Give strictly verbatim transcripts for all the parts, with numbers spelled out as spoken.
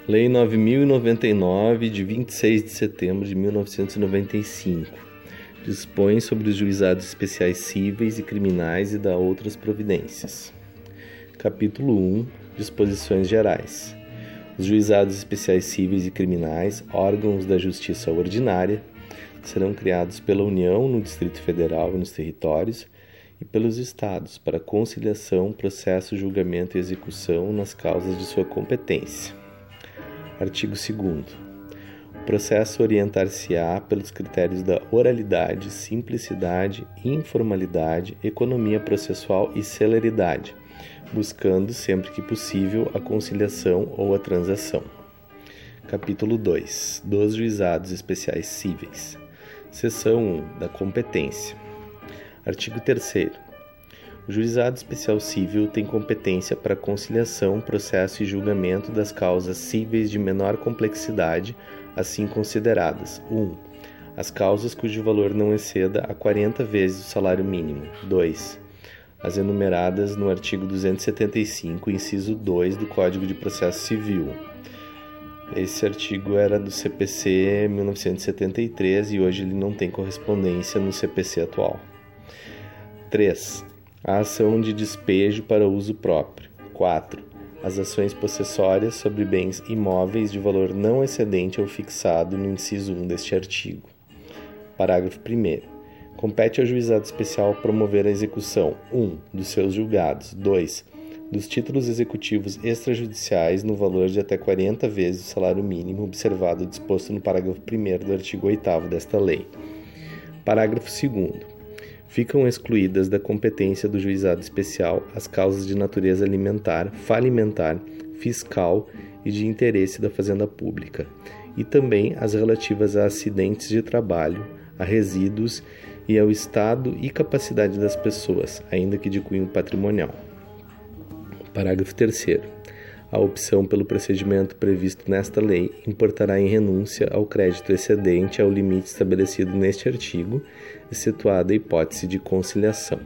Lei nove mil e noventa e nove, de vinte e seis de setembro de mil novecentos e noventa e cinco, dispõe sobre os juizados especiais cíveis e criminais e dá outras providências. Capítulo um. Disposições gerais. Os juizados especiais cíveis e criminais, órgãos da justiça ordinária, serão criados pela União no Distrito Federal e nos territórios e pelos Estados para conciliação, processo, julgamento e execução nas causas de sua competência. Artigo segundo. O processo orientar-se-á pelos critérios da oralidade, simplicidade, informalidade, economia processual e celeridade, buscando, sempre que possível, a conciliação ou a transação. Capítulo dois. Dos juizados especiais cíveis. Seção um. Da competência. Artigo terceiro. O juizado especial cível tem competência para conciliação, processo e julgamento das causas cíveis de menor complexidade, assim consideradas: um. As causas cujo valor não exceda a quarenta vezes o salário mínimo. dois. As enumeradas no artigo duzentos e setenta e cinco, inciso dois do Código de Processo Civil. Esse artigo era do C P C mil novecentos e setenta e três e hoje ele não tem correspondência no C P C atual. três. A ação de despejo para uso próprio. quatro. As ações possessórias sobre bens imóveis de valor não excedente ao fixado no inciso um deste artigo. Parágrafo primeiro. Compete ao juizado especial promover a execução: um. Dos seus julgados. dois. Dos títulos executivos extrajudiciais no valor de até quarenta vezes o salário mínimo, observado o disposto no parágrafo primeiro do artigo oitavo desta lei. Parágrafo segundo. Ficam excluídas da competência do juizado especial as causas de natureza alimentar, falimentar, fiscal e de interesse da fazenda pública, e também as relativas a acidentes de trabalho, a resíduos e ao estado e capacidade das pessoas, ainda que de cunho patrimonial. Parágrafo terceiro. A opção pelo procedimento previsto nesta lei importará em renúncia ao crédito excedente ao limite estabelecido neste artigo, excetuada a hipótese de conciliação.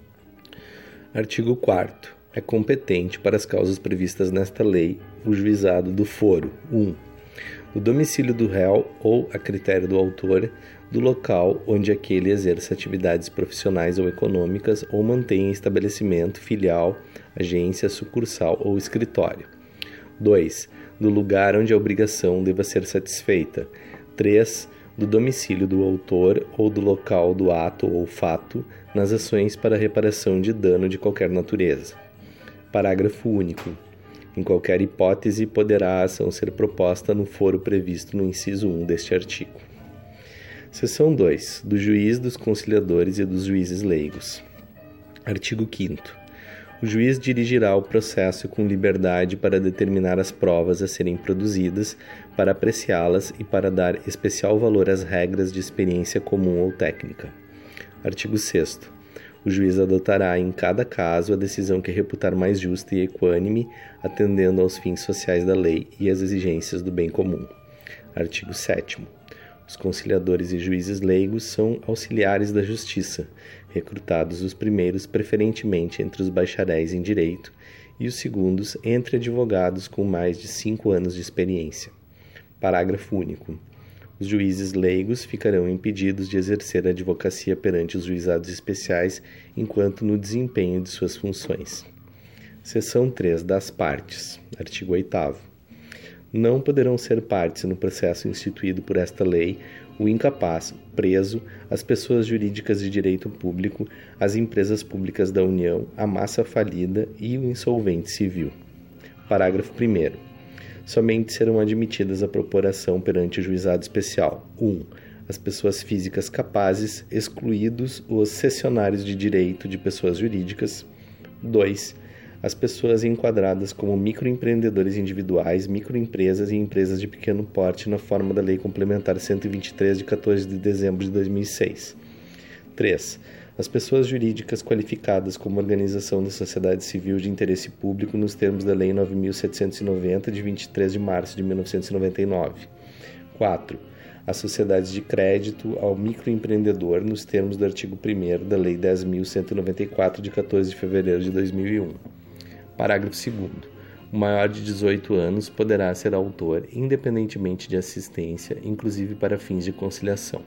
Artigo quarto. É competente para as causas previstas nesta lei o juizado do foro: um. Do domicílio do réu ou, a critério do autor, do local onde aquele exerce atividades profissionais ou econômicas ou mantém estabelecimento, filial, agência, sucursal ou escritório. dois. Do lugar onde a obrigação deva ser satisfeita. três. Do domicílio do autor ou do local do ato ou fato nas ações para reparação de dano de qualquer natureza. Parágrafo único. Em qualquer hipótese, poderá a ação ser proposta no foro previsto no inciso um deste artigo. Seção dois. Do juiz, dos conciliadores e dos juízes leigos. Artigo quinto. O juiz dirigirá o processo com liberdade para determinar as provas a serem produzidas, para apreciá-las e para dar especial valor às regras de experiência comum ou técnica. Artigo sexto. O juiz adotará em cada caso a decisão que reputar mais justa e equânime, atendendo aos fins sociais da lei e às exigências do bem comum. Artigo sétimo. Os conciliadores e juízes leigos são auxiliares da justiça, recrutados os primeiros preferentemente entre os bacharéis em direito e os segundos entre advogados com mais de cinco anos de experiência. Parágrafo único. Os juízes leigos ficarão impedidos de exercer a advocacia perante os juizados especiais enquanto no desempenho de suas funções. Seção três. Das partes. Artigo oitavo. Não poderão ser partes no processo instituído por esta lei o incapaz, o preso, as pessoas jurídicas de direito público, as empresas públicas da União, a massa falida e o insolvente civil. Parágrafo primeiro. Somente serão admitidas a propor-ação perante o juizado especial: um. As pessoas físicas capazes, excluídos os cessionários de direito de pessoas jurídicas. dois. As pessoas enquadradas como microempreendedores individuais, microempresas e empresas de pequeno porte na forma da Lei Complementar cento e vinte e três, de quatorze de dezembro de dois mil e seis. três. As pessoas jurídicas qualificadas como organização da sociedade civil de interesse público nos termos da Lei nove mil setecentos e noventa, de vinte e três de março de mil novecentos e noventa e nove. quatro. As sociedades de crédito ao microempreendedor nos termos do artigo primeiro da Lei dez mil cento e noventa e quatro, de quatorze de fevereiro de dois mil e um. Parágrafo segundo. O maior de dezoito anos poderá ser autor, independentemente de assistência, inclusive para fins de conciliação.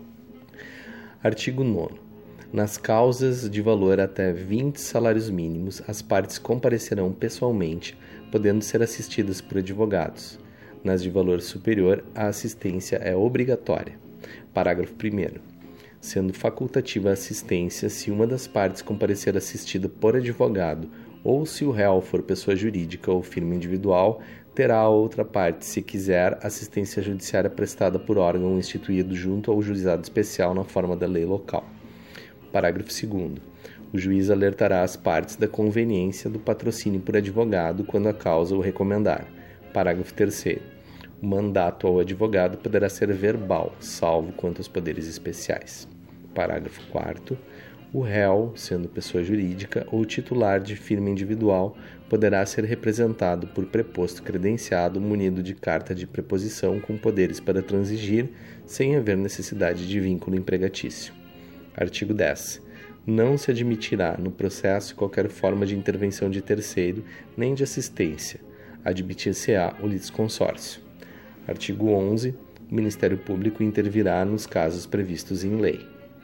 Artigo nono. Nas causas de valor até vinte salários mínimos, as partes comparecerão pessoalmente, podendo ser assistidas por advogados. Nas de valor superior, a assistência é obrigatória. Parágrafo primeiro. Sendo facultativa a assistência se uma das partes comparecer assistida por advogado ou se o réu for pessoa jurídica ou firma individual, terá a outra parte, se quiser, assistência judiciária prestada por órgão instituído junto ao juizado especial na forma da lei local. Parágrafo segundo. O juiz alertará as partes da conveniência do patrocínio por advogado quando a causa o recomendar. Parágrafo terceiro. O mandato ao advogado poderá ser verbal, salvo quanto aos poderes especiais. Parágrafo quarto. O réu, sendo pessoa jurídica ou titular de firma individual, poderá ser representado por preposto credenciado munido de carta de preposição com poderes para transigir, sem haver necessidade de vínculo empregatício. Artigo dez. Não se admitirá no processo qualquer forma de intervenção de terceiro, nem de assistência. Admitir-se-á o litisconsórcio. Artigo onze. O Ministério Público intervirá nos casos previstos em lei.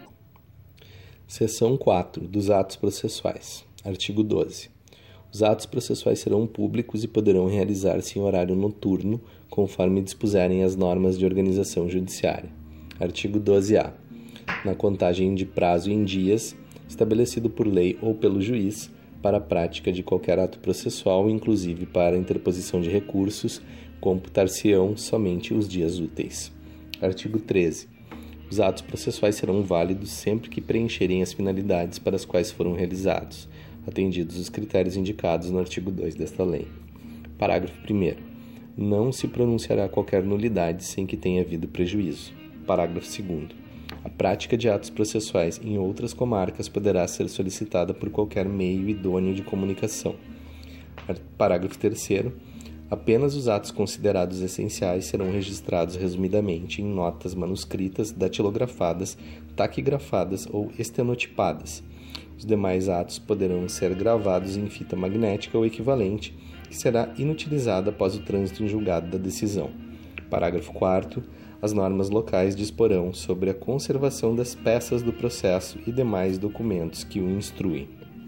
Seção quatro. Dos atos processuais. Artigo doze. Os atos processuais serão públicos e poderão realizar-se em horário noturno, conforme dispuserem as normas de organização judiciária. Artigo doze A. Na contagem de prazo em dias, estabelecido por lei ou pelo juiz, para a prática de qualquer ato processual, inclusive para a interposição de recursos, computar-se-ão somente os dias úteis. Artigo treze. Os atos processuais serão válidos sempre que preencherem as finalidades para as quais foram realizados, atendidos os critérios indicados no artigo dois desta lei. Parágrafo primeiro. Não se pronunciará qualquer nulidade sem que tenha havido prejuízo. Parágrafo segundo. A prática de atos processuais em outras comarcas poderá ser solicitada por qualquer meio idôneo de comunicação. Parágrafo terceiro. Apenas os atos considerados essenciais serão registrados resumidamente em notas manuscritas, datilografadas, taquigrafadas ou estenotipadas. Os demais atos poderão ser gravados em fita magnética ou equivalente, que será inutilizada após o trânsito em julgado da decisão. Parágrafo quarto. As normas locais disporão sobre a conservação das peças do processo e demais documentos que o instruem.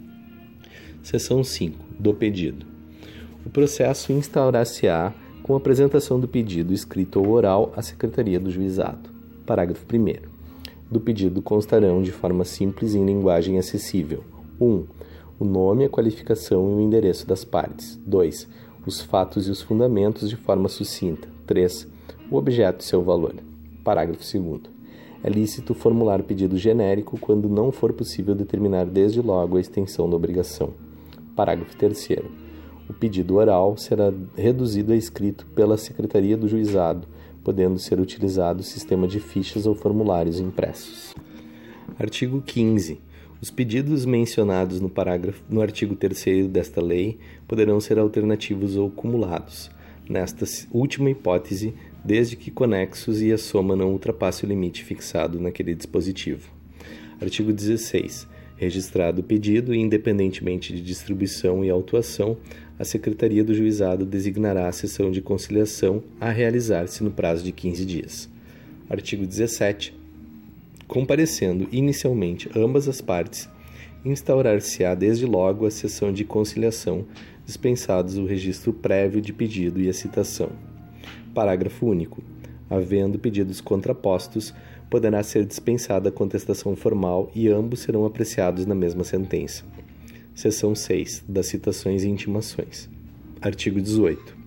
Seção cinco. Do pedido. O processo instaurar-se-á com a apresentação do pedido escrito ou oral à Secretaria do Juizado. Parágrafo primeiro. Do pedido constarão de forma simples e em linguagem acessível. um. O nome, a qualificação e o endereço das partes. dois. Os fatos e os fundamentos de forma sucinta. três. O objeto e seu valor. Parágrafo segundo. É lícito formular pedido genérico quando não for possível determinar desde logo a extensão da obrigação. Parágrafo terceiro. O pedido oral será reduzido a escrito pela Secretaria do Juizado, podendo ser utilizado o sistema de fichas ou formulários impressos. Artigo quinze. Os pedidos mencionados no, parágrafo, no artigo terceiro desta lei poderão ser alternativos ou cumulados. Nesta última hipótese, desde que conexos e a soma não ultrapasse o limite fixado naquele dispositivo. Artigo dezesseis. Registrado o pedido, independentemente de distribuição e autuação, a Secretaria do Juizado designará a sessão de conciliação a realizar-se no prazo de quinze dias. Artigo dezessete. Comparecendo inicialmente ambas as partes, instaurar-se-á desde logo a sessão de conciliação, dispensados o registro prévio de pedido e a citação. Parágrafo único. Havendo pedidos contrapostos, poderá ser dispensada a contestação formal e ambos serão apreciados na mesma sentença. Seção seis. Das citações e intimações. Artigo dezoito.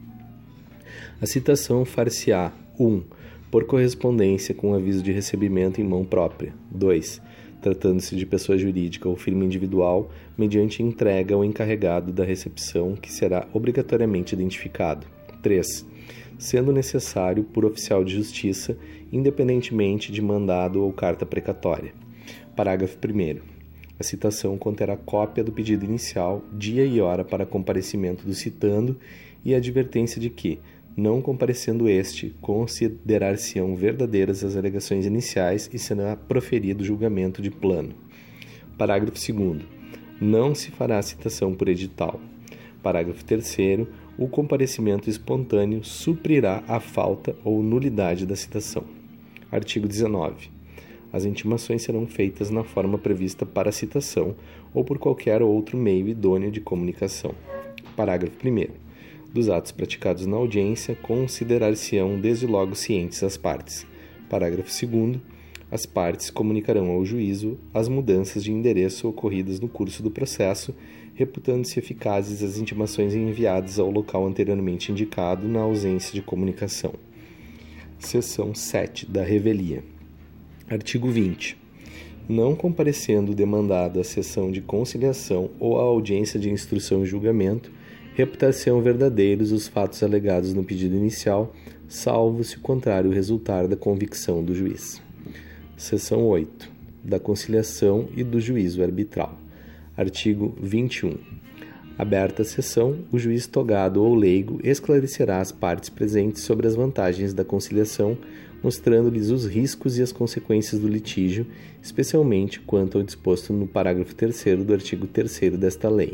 A citação far-se-á um. Por correspondência com aviso de recebimento em mão própria. dois. Tratando-se de pessoa jurídica ou firma individual, mediante entrega ao encarregado da recepção, que será obrigatoriamente identificado. três. Sendo necessário por oficial de justiça, independentemente de mandado ou carta precatória. Parágrafo primeiro. A citação conterá cópia do pedido inicial, dia e hora para comparecimento do citando e a advertência de que, não comparecendo este, considerar-se-ão verdadeiras as alegações iniciais e será proferido julgamento de plano. Parágrafo segundo. Não se fará citação por edital. Parágrafo terceiro. O comparecimento espontâneo suprirá a falta ou nulidade da citação. Artigo dezenove. As intimações serão feitas na forma prevista para a citação ou por qualquer outro meio idôneo de comunicação. Parágrafo primeiro. Dos atos praticados na audiência, considerar-se-ão desde logo cientes as partes. Parágrafo segundo. As partes comunicarão ao juízo as mudanças de endereço ocorridas no curso do processo, reputando-se eficazes as intimações enviadas ao local anteriormente indicado na ausência de comunicação. Seção sete da revelia. Artigo vinte. Não comparecendo o demandado à sessão de conciliação ou à audiência de instrução e julgamento, reputar-se-ão verdadeiros os fatos alegados no pedido inicial, salvo se o contrário resultar da convicção do juiz. Seção oito. Da conciliação e do juízo arbitral. Artigo vinte e um. Aberta a sessão, o juiz togado ou leigo esclarecerá as partes presentes sobre as vantagens da conciliação, mostrando-lhes os riscos e as consequências do litígio, especialmente quanto ao disposto no parágrafo terceiro do artigo terceiro desta lei.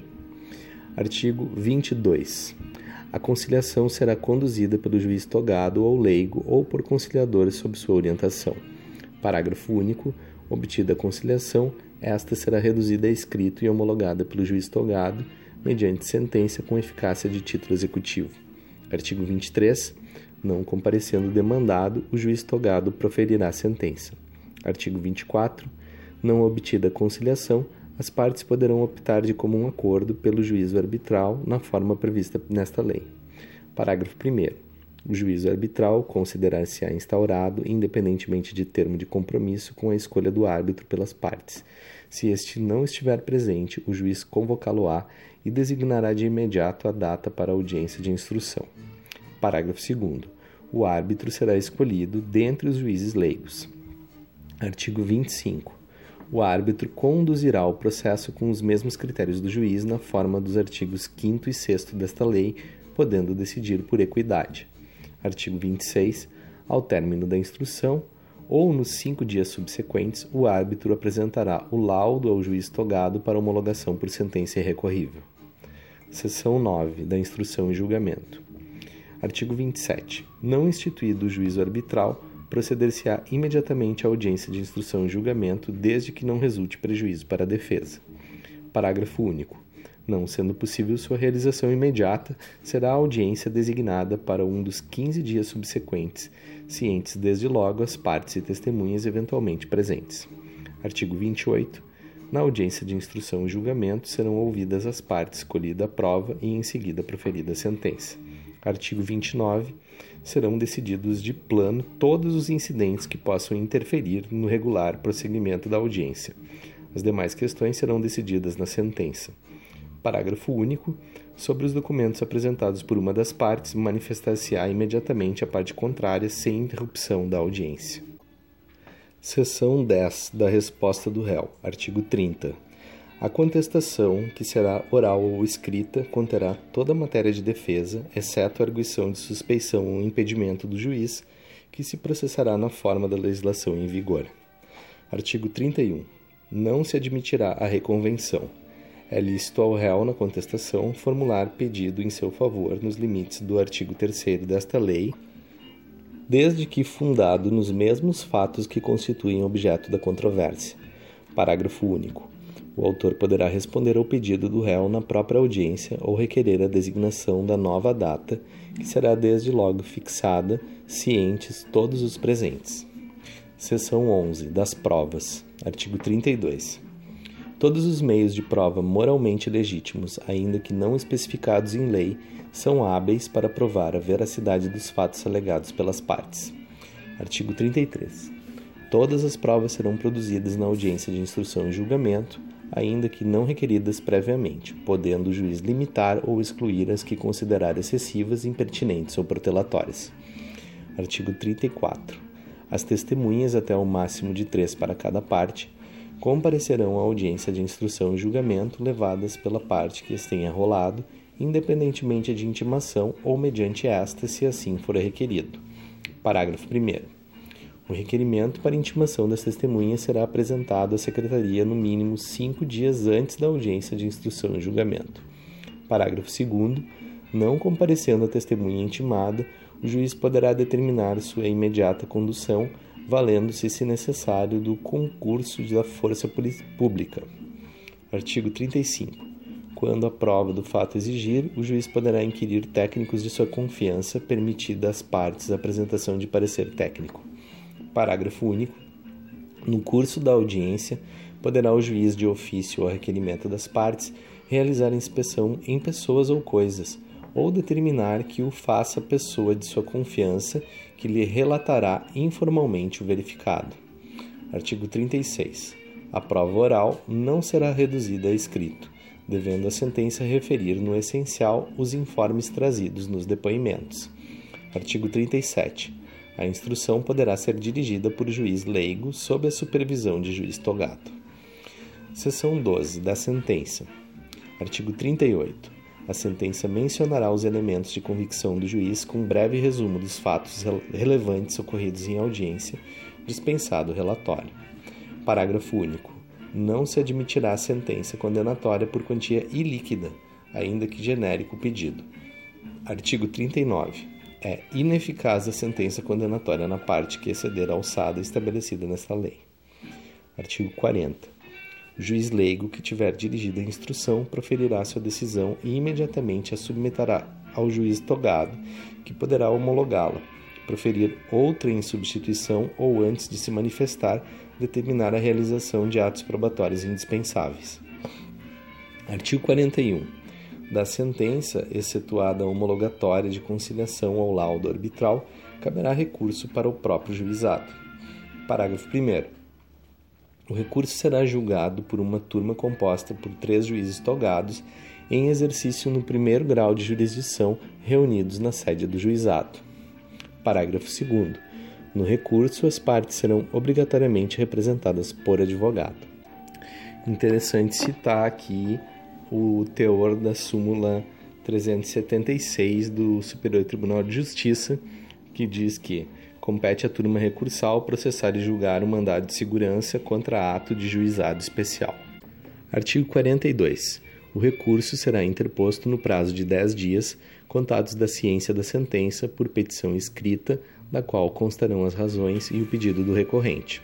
Artigo vinte e dois. A conciliação será conduzida pelo juiz togado ou leigo ou por conciliadores sob sua orientação. Parágrafo único. Obtida a conciliação, esta será reduzida a escrito e homologada pelo juiz togado, mediante sentença com eficácia de título executivo. Artigo vinte e três. Não comparecendo o demandado, o juiz togado proferirá a sentença. Artigo vinte e quatro. Não obtida a conciliação, as partes poderão optar de comum acordo pelo juízo arbitral na forma prevista nesta lei. Parágrafo primeiro. O juízo arbitral considerar-se-á instaurado, independentemente de termo de compromisso, com a escolha do árbitro pelas partes. Se este não estiver presente, o juiz convocá-lo-á e designará de imediato a data para a audiência de instrução. Parágrafo segundo. O árbitro será escolhido dentre os juízes leigos. Artigo vinte e cinco. O árbitro conduzirá o processo com os mesmos critérios do juiz na forma dos artigos quinto e sexto desta lei, podendo decidir por equidade. Artigo vinte e seis. Ao término da instrução, ou nos cinco dias subsequentes, o árbitro apresentará o laudo ao juiz togado para homologação por sentença irrecorrível. Seção nove da Instrução e Julgamento. Artigo vinte e sete. Não instituído o juízo arbitral, proceder-se-á imediatamente à audiência de instrução e julgamento, desde que não resulte prejuízo para a defesa. Parágrafo único. Não sendo possível sua realização imediata, será a audiência designada para um dos quinze dias subsequentes, cientes desde logo as partes e testemunhas eventualmente presentes. Artigo vinte e oito. Na audiência de instrução e julgamento serão ouvidas as partes, escolhida a prova e em seguida proferida a sentença. Artigo vinte e nove. Serão decididos de plano todos os incidentes que possam interferir no regular prosseguimento da audiência. As demais questões serão decididas na sentença. Parágrafo único. Sobre os documentos apresentados por uma das partes, manifestar-se-á imediatamente a parte contrária, sem interrupção da audiência. Seção dez da resposta do réu. Artigo trinta. A contestação, que será oral ou escrita, conterá toda a matéria de defesa, exceto a arguição de suspeição ou impedimento do juiz, que se processará na forma da legislação em vigor. Artigo trinta e um. Não se admitirá a reconvenção. É lícito ao réu, na contestação, formular pedido em seu favor nos limites do artigo terceiro desta lei, desde que fundado nos mesmos fatos que constituem objeto da controvérsia. Parágrafo único. O autor poderá responder ao pedido do réu na própria audiência ou requerer a designação da nova data, que será desde logo fixada, cientes todos os presentes. Seção onze. Das provas. Artigo trinta e dois. Todos os meios de prova moralmente legítimos, ainda que não especificados em lei, são hábeis para provar a veracidade dos fatos alegados pelas partes. Artigo trinta e três. Todas as provas serão produzidas na audiência de instrução e julgamento, ainda que não requeridas previamente, podendo o juiz limitar ou excluir as que considerar excessivas, impertinentes ou protelatórias. Artigo trinta e quatro. As testemunhas, até o máximo de três para cada parte, comparecerão à audiência de instrução e julgamento levadas pela parte que as tenha rolado, independentemente de intimação ou mediante esta, se assim for requerido. Parágrafo primeiro. O requerimento para intimação das testemunhas será apresentado à Secretaria no mínimo cinco dias antes da audiência de instrução e julgamento. Parágrafo segundo. Não comparecendo a testemunha intimada, o juiz poderá determinar sua imediata condução, valendo-se, se necessário, do concurso da força pública. Artigo trinta e cinco. Quando a prova do fato exigir, o juiz poderá inquirir técnicos de sua confiança, permitida às partes a apresentação de parecer técnico. Parágrafo único. No curso da audiência, poderá o juiz, de ofício ou a requerimento das partes, realizar inspeção em pessoas ou coisas, ou determinar que o faça pessoa de sua confiança, que lhe relatará informalmente o verificado. Artigo trinta e seis. A prova oral não será reduzida a escrito, devendo a sentença referir, no essencial, os informes trazidos nos depoimentos. Artigo trinta e sete. A instrução poderá ser dirigida por juiz leigo, sob a supervisão de juiz togado. Seção doze. Da sentença. Artigo trinta e oito. A sentença mencionará os elementos de convicção do juiz com breve resumo dos fatos relevantes ocorridos em audiência, dispensado o relatório. Parágrafo único. Não se admitirá sentença condenatória por quantia ilíquida, ainda que genérico o pedido. Artigo trinta e nove. É ineficaz a sentença condenatória na parte que exceder a alçada estabelecida nesta lei. Artigo quarenta. O juiz leigo que tiver dirigido a instrução proferirá sua decisão e imediatamente a submeterá ao juiz togado, que poderá homologá-la, proferir outra em substituição ou, antes de se manifestar, determinar a realização de atos probatórios indispensáveis. Artigo quarenta e um. Da sentença, excetuada a homologatória de conciliação ao laudo arbitral, caberá recurso para o próprio juizado. Parágrafo primeiro. O recurso será julgado por uma turma composta por três juízes togados em exercício no primeiro grau de jurisdição, reunidos na sede do juizado. Parágrafo segundo. No recurso, as partes serão obrigatoriamente representadas por advogado. Interessante citar aqui o teor da súmula trezentos e setenta e seis do Superior Tribunal de Justiça, que diz que compete à turma recursal processar e julgar o mandado de segurança contra ato de juizado especial. Artigo quarenta e dois. O recurso será interposto no prazo de dez dias, contados da ciência da sentença, por petição escrita, da qual constarão as razões e o pedido do recorrente.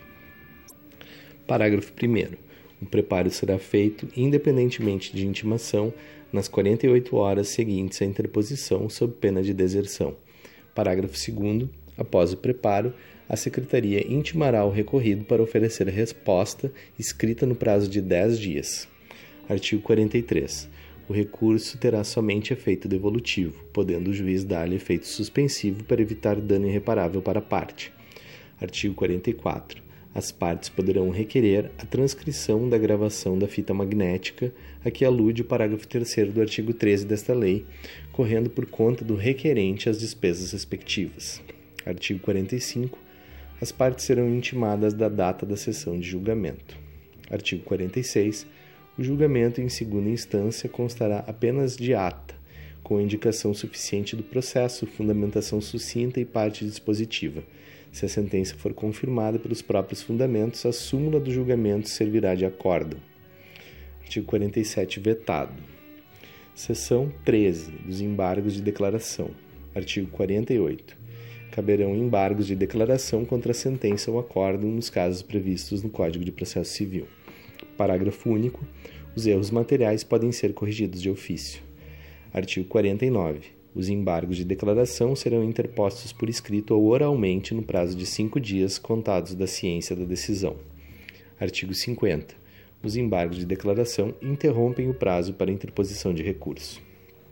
Parágrafo primeiro. O preparo será feito, independentemente de intimação, nas quarenta e oito horas seguintes à interposição, sob pena de deserção. Parágrafo segundo. Após o preparo, a Secretaria intimará o recorrido para oferecer a resposta escrita no prazo de dez dias. Artigo quarenta e três. O recurso terá somente efeito devolutivo, podendo o juiz dar-lhe efeito suspensivo para evitar dano irreparável para a parte. Artigo quarenta e quatro. As partes poderão requerer a transcrição da gravação da fita magnética, a que alude o parágrafo terceiro do artigo treze desta lei, correndo por conta do requerente as despesas respectivas. Artigo quarenta e cinco. As partes serão intimadas da data da sessão de julgamento. Artigo quarenta e seis. O julgamento em segunda instância constará apenas de ata, com indicação suficiente do processo, fundamentação sucinta e parte dispositiva. Se a sentença for confirmada pelos próprios fundamentos, a súmula do julgamento servirá de acórdão. Artigo quarenta e sete. Vetado. Seção treze. Dos embargos de declaração. Artigo quarenta e oito. Caberão embargos de declaração contra a sentença ou acórdão nos casos previstos no Código de Processo Civil. Parágrafo único. Os erros materiais podem ser corrigidos de ofício. Artigo quarenta e nove. Os embargos de declaração serão interpostos por escrito ou oralmente no prazo de cinco dias contados da ciência da decisão. Artigo cinquenta. Os embargos de declaração interrompem o prazo para interposição de recurso.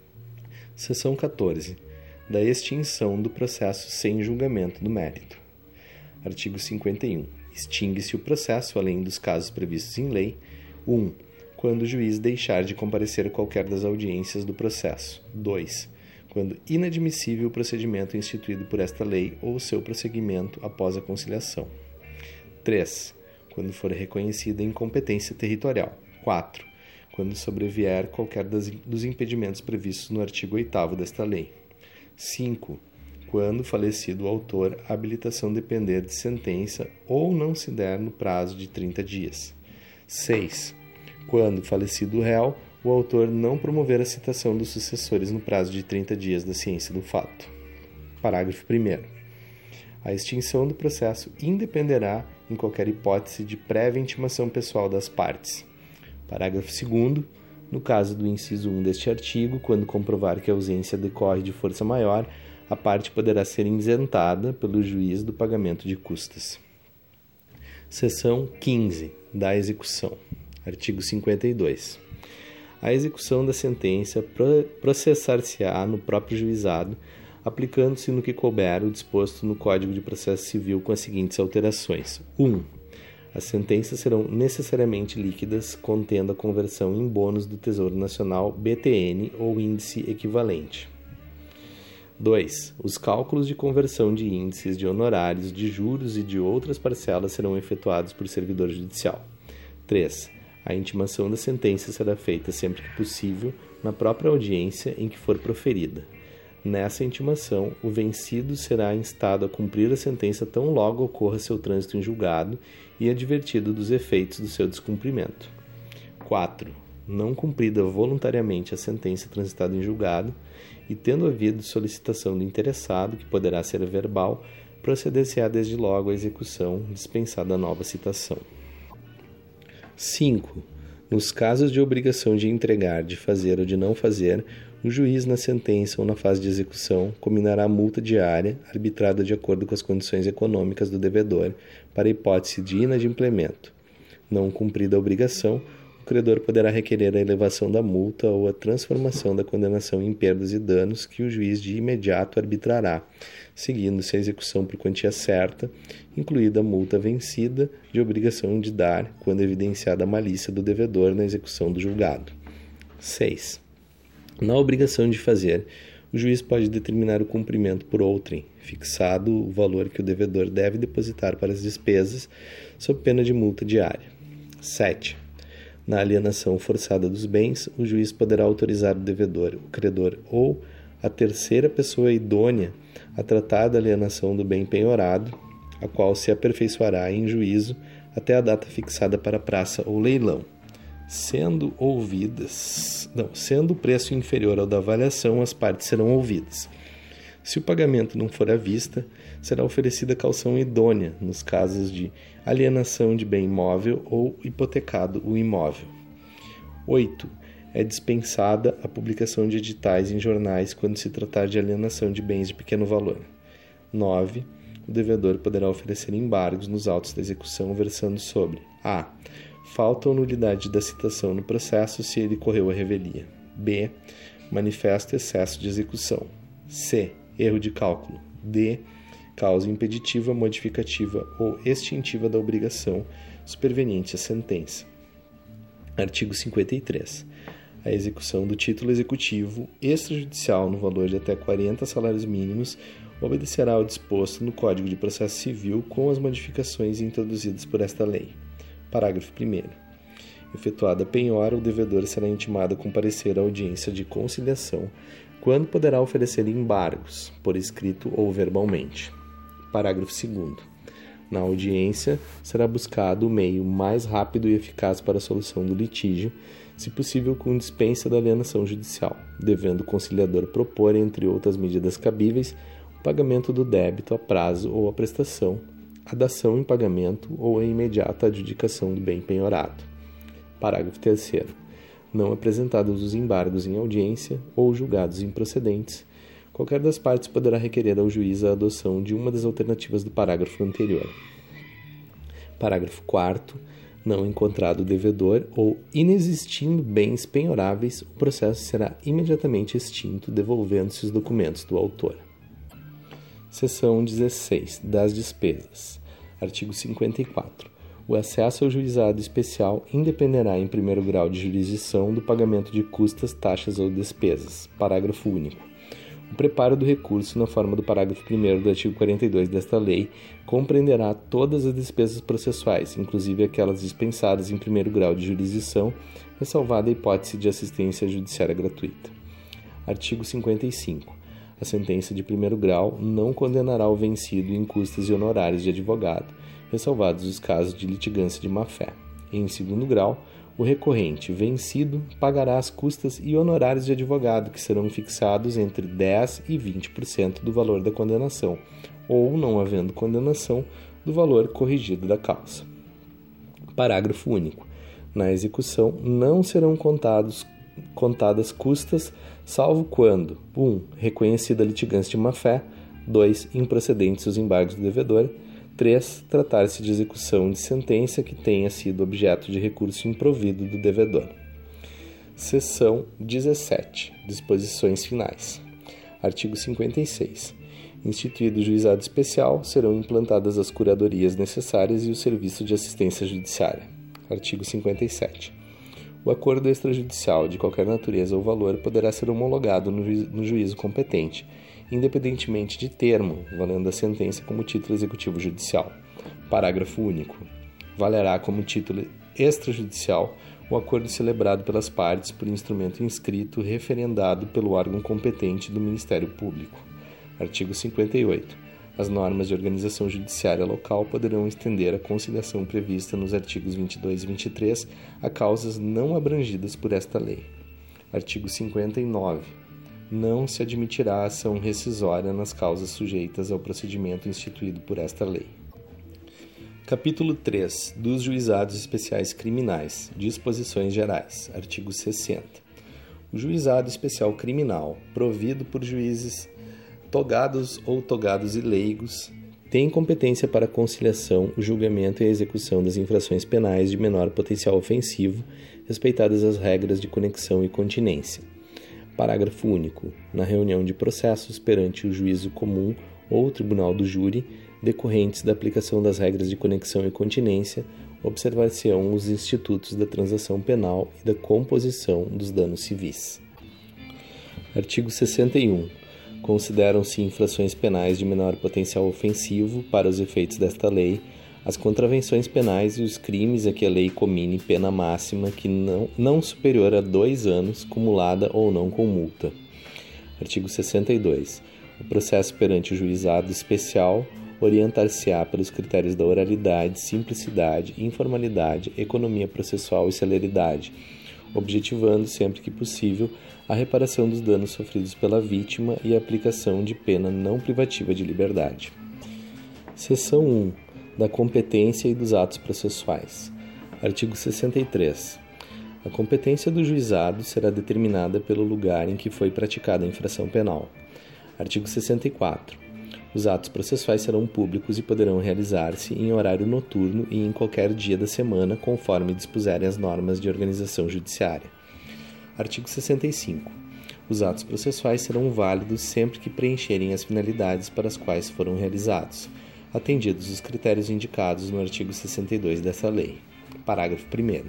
Seção quatorze. Da extinção do processo sem julgamento do mérito. Artigo cinquenta e um. Extingue-se o processo, além dos casos previstos em lei. um. Quando o juiz deixar de comparecer a qualquer das audiências do processo. dois. Quando inadmissível o procedimento instituído por esta lei ou seu prosseguimento após a conciliação. três. Quando for reconhecida a incompetência territorial. quatro. Quando sobrevier qualquer das, dos impedimentos previstos no artigo oitavo desta lei. cinco. Quando falecido o autor, a habilitação depender de sentença ou não se der no prazo de trinta dias. seis. Quando falecido o réu, o autor não promover a citação dos sucessores no prazo de trinta dias da ciência do fato. Parágrafo primeiro. A extinção do processo independerá, em qualquer hipótese, de prévia intimação pessoal das partes. Parágrafo segundo. No caso do inciso um deste artigo, quando comprovar que a ausência decorre de força maior, a parte poderá ser isentada pelo juiz do pagamento de custas. Seção quinze. Da execução. Artigo cinquenta e dois. A execução da sentença processar-se-á no próprio juizado, aplicando-se no que couber o disposto no Código de Processo Civil com as seguintes alterações. um. As sentenças serão necessariamente líquidas, contendo a conversão em bônus do Tesouro Nacional B T N ou índice equivalente. dois. Os cálculos de conversão de índices de honorários, de juros e de outras parcelas serão efetuados por servidor judicial. três. A intimação da sentença será feita sempre que possível na própria audiência em que for proferida. Nessa intimação, o vencido será instado a cumprir a sentença tão logo ocorra seu trânsito em julgado e advertido dos efeitos do seu descumprimento. quatro. Não cumprida voluntariamente a sentença transitada em julgado e tendo havido solicitação do interessado, que poderá ser verbal, proceder-se-á desde logo à execução, dispensada a nova citação. cinco. Nos casos de obrigação de entregar, de fazer ou de não fazer, o juiz, na sentença ou na fase de execução, combinará a multa diária, arbitrada de acordo com as condições econômicas do devedor, para a hipótese de inadimplemento. Não cumprida a obrigação, o credor poderá requerer a elevação da multa ou a transformação da condenação em perdas e danos que o juiz de imediato arbitrará, seguindo-se a execução por quantia certa, incluída a multa vencida de obrigação de dar, quando evidenciada a malícia do devedor na execução do julgado. seis. Na obrigação de fazer, o juiz pode determinar o cumprimento por outrem, fixado o valor que o devedor deve depositar para as despesas, sob pena de multa diária. sete. Na alienação forçada dos bens, o juiz poderá autorizar o devedor, o credor ou a terceira pessoa idônea a tratar da alienação do bem penhorado, a qual se aperfeiçoará em juízo até a data fixada para praça ou leilão. Sendo ouvidas, não, sendo o preço inferior ao da avaliação, as partes serão ouvidas. Se o pagamento não for à vista, será oferecida caução idônea nos casos de alienação de bem imóvel ou hipotecado o imóvel. oito. É dispensada a publicação de editais em jornais quando se tratar de alienação de bens de pequeno valor. nove. O devedor poderá oferecer embargos nos autos da execução versando sobre a. Falta ou nulidade da citação no processo se ele correu a revelia. B. Manifesto excesso de execução. C. Erro de cálculo. D. Causa impeditiva, modificativa ou extintiva da obrigação superveniente à sentença. Artigo cinquenta e três. A execução do título executivo extrajudicial no valor de até quarenta salários mínimos obedecerá ao disposto no Código de Processo Civil com as modificações introduzidas por esta lei. Parágrafo primeiro. Efetuada a penhora, o devedor será intimado a comparecer à audiência de conciliação, quando poderá oferecer embargos, por escrito ou verbalmente. Parágrafo segundo. Na audiência, será buscado o meio mais rápido e eficaz para a solução do litígio, se possível com dispensa da alienação judicial, devendo o conciliador propor, entre outras medidas cabíveis, o pagamento do débito a prazo ou a prestação, a dação em pagamento ou a imediata adjudicação do bem penhorado. Parágrafo terceiro. Não apresentados os embargos em audiência ou julgados improcedentes, qualquer das partes poderá requerer ao juiz a adoção de uma das alternativas do parágrafo anterior. Parágrafo quarto. Não encontrado o devedor ou inexistindo bens penhoráveis, o processo será imediatamente extinto, devolvendo-se os documentos do autor. Seção dezesseis. Das despesas. Artigo cinquenta e quatro. O acesso ao juizado especial independerá, em primeiro grau de jurisdição, do pagamento de custas, taxas ou despesas. Parágrafo único. O preparo do recurso, na forma do parágrafo primeiro do artigo quarenta e dois desta lei, compreenderá todas as despesas processuais, inclusive aquelas dispensadas em primeiro grau de jurisdição, ressalvada a hipótese de assistência judiciária gratuita. Artigo cinquenta e cinco. A sentença de primeiro grau não condenará o vencido em custas e honorários de advogado, ressalvados os casos de litigância de má-fé. Em segundo grau, O recorrente vencido pagará as custas e honorários de advogado, que serão fixados entre dez por cento e vinte por cento do valor da condenação, ou, não havendo condenação, do valor corrigido da causa. Parágrafo único. Na execução não serão contados, contadas custas, salvo quando um reconhecida a litigância de má-fé, dois improcedentes os embargos do devedor, três tratar-se de execução de sentença que tenha sido objeto de recurso improvido do devedor. Seção dezessete. Disposições finais. Artigo cinquenta e seis. Instituído o juizado especial, serão implantadas as curadorias necessárias e o serviço de assistência judiciária. Artigo cinquenta e sete. O acordo extrajudicial de qualquer natureza ou valor poderá ser homologado no, ju- no juízo competente, independentemente de termo, valendo a sentença como título executivo judicial. Parágrafo único. Valerá como título extrajudicial o acordo celebrado pelas partes por instrumento inscrito referendado pelo órgão competente do Ministério Público. Artigo cinquenta e oito. As normas de organização judiciária local poderão estender a conciliação prevista nos artigos vinte e dois e vinte e três a causas não abrangidas por esta lei. Artigo cinquenta e nove. Não se admitirá ação rescisória nas causas sujeitas ao procedimento instituído por esta lei. Capítulo três. Dos juizados especiais criminais. Disposições gerais. Artigo sessenta. O juizado especial criminal, provido por juízes togados ou togados e leigos, tem competência para a conciliação, o julgamento e a execução das infrações penais de menor potencial ofensivo, respeitadas as regras de conexão e continência. Parágrafo único. Na reunião de processos perante o juízo comum ou tribunal do júri, decorrentes da aplicação das regras de conexão e continência, observar-se-ão os institutos da transação penal e da composição dos danos civis. Artigo sessenta e um. Consideram-se infrações penais de menor potencial ofensivo, para os efeitos desta lei, as contravenções penais e os crimes a que a lei comine pena máxima que não, não superior a dois anos, cumulada ou não com multa. Artigo sessenta e dois. O processo perante o juizado especial orientar-se-á pelos critérios da oralidade, simplicidade, informalidade, economia processual e celeridade, objetivando, sempre que possível, a reparação dos danos sofridos pela vítima e a aplicação de pena não privativa de liberdade. Seção um. Da competência e dos atos processuais. Artigo sessenta e três. A competência do juizado será determinada pelo lugar em que foi praticada a infração penal. Artigo sessenta e quatro. Os atos processuais serão públicos e poderão realizar-se em horário noturno e em qualquer dia da semana, conforme dispuserem as normas de organização judiciária. Artigo sessenta e cinco. Os atos processuais serão válidos sempre que preencherem as finalidades para as quais foram realizados, atendidos os critérios indicados no artigo sessenta e dois dessa lei. Parágrafo primeiro.